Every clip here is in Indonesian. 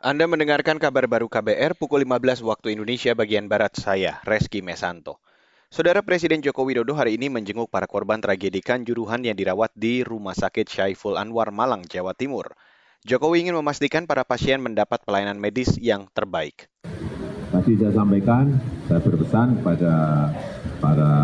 Anda mendengarkan kabar baru KBR pukul 15 waktu Indonesia bagian Barat, saya, Reski Mesanto. Saudara Presiden Joko Widodo hari ini menjenguk para korban tragedi Kanjuruhan yang dirawat di Rumah Sakit Syaiful Anwar, Malang, Jawa Timur. Jokowi ingin memastikan para pasien mendapat pelayanan medis yang terbaik. Tadi saya sampaikan, saya berpesan kepada para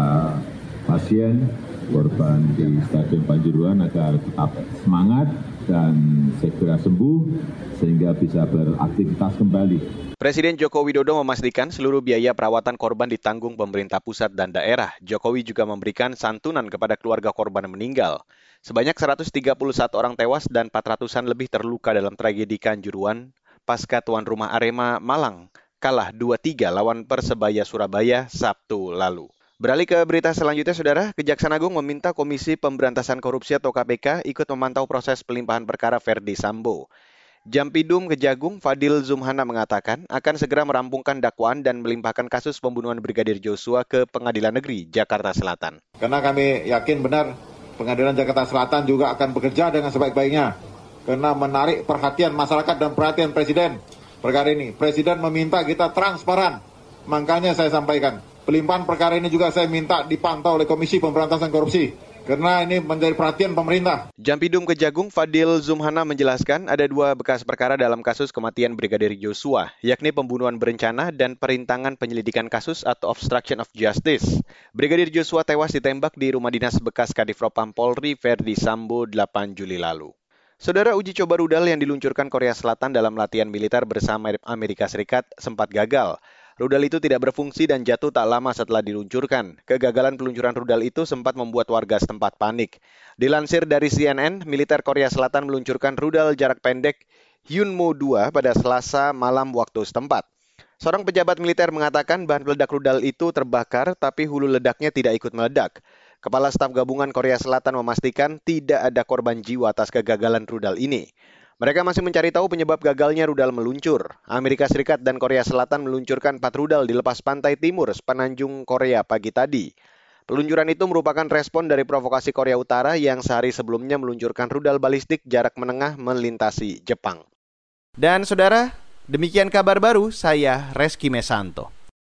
pasien korban di Stadion Kanjuruhan agar tetap semangat dan segera sembuh sehingga bisa beraktivitas kembali. Presiden Joko Widodo memastikan seluruh biaya perawatan korban ditanggung pemerintah pusat dan daerah. Jokowi juga memberikan santunan kepada keluarga korban meninggal. Sebanyak 131 orang tewas dan 400-an lebih terluka dalam tragedi Kanjuruhan pasca tuan rumah Arema Malang kalah 2-3 lawan Persebaya Surabaya Sabtu lalu. Beralih ke berita selanjutnya, Saudara. Kejaksaan Agung meminta Komisi Pemberantasan Korupsi atau KPK ikut memantau proses pelimpahan perkara Verdi Sambo. Jampidum Kejagung Fadil Zumhana mengatakan akan segera merampungkan dakwaan dan melimpahkan kasus pembunuhan Brigadir Joshua ke Pengadilan Negeri Jakarta Selatan. Karena kami yakin benar Pengadilan Jakarta Selatan juga akan bekerja dengan sebaik-baiknya karena menarik perhatian masyarakat dan perhatian Presiden perkara ini. Presiden meminta kita transparan, makanya saya sampaikan. Pelimpahan perkara ini juga saya minta dipantau oleh Komisi Pemberantasan Korupsi. Karena ini menjadi perhatian pemerintah. Jampidum Kejagung Fadil Zumhana menjelaskan ada 2 bekas perkara dalam kasus kematian Brigadir Joshua, yakni pembunuhan berencana dan perintangan penyelidikan kasus atau obstruction of justice. Brigadir Joshua tewas ditembak di rumah dinas bekas Kadifropam Polri Verdi Sambo 8 Juli lalu. Saudara, uji coba rudal yang diluncurkan Korea Selatan dalam latihan militer bersama Amerika Serikat sempat gagal. Rudal itu tidak berfungsi dan jatuh tak lama setelah diluncurkan. Kegagalan peluncuran rudal itu sempat membuat warga setempat panik. Dilansir dari CNN, militer Korea Selatan meluncurkan rudal jarak pendek Hyunmoo-2 pada Selasa malam waktu setempat. Seorang pejabat militer mengatakan bahan peledak rudal itu terbakar, tapi hulu ledaknya tidak ikut meledak. Kepala Staf Gabungan Korea Selatan memastikan tidak ada korban jiwa atas kegagalan rudal ini. Mereka masih mencari tahu penyebab gagalnya rudal meluncur. Amerika Serikat dan Korea Selatan meluncurkan 4 rudal di lepas pantai timur sepenanjung Korea pagi tadi. Peluncuran itu merupakan respon dari provokasi Korea Utara yang sehari sebelumnya meluncurkan rudal balistik jarak menengah melintasi Jepang. Dan saudara, demikian kabar baru, saya Reski Mesanto.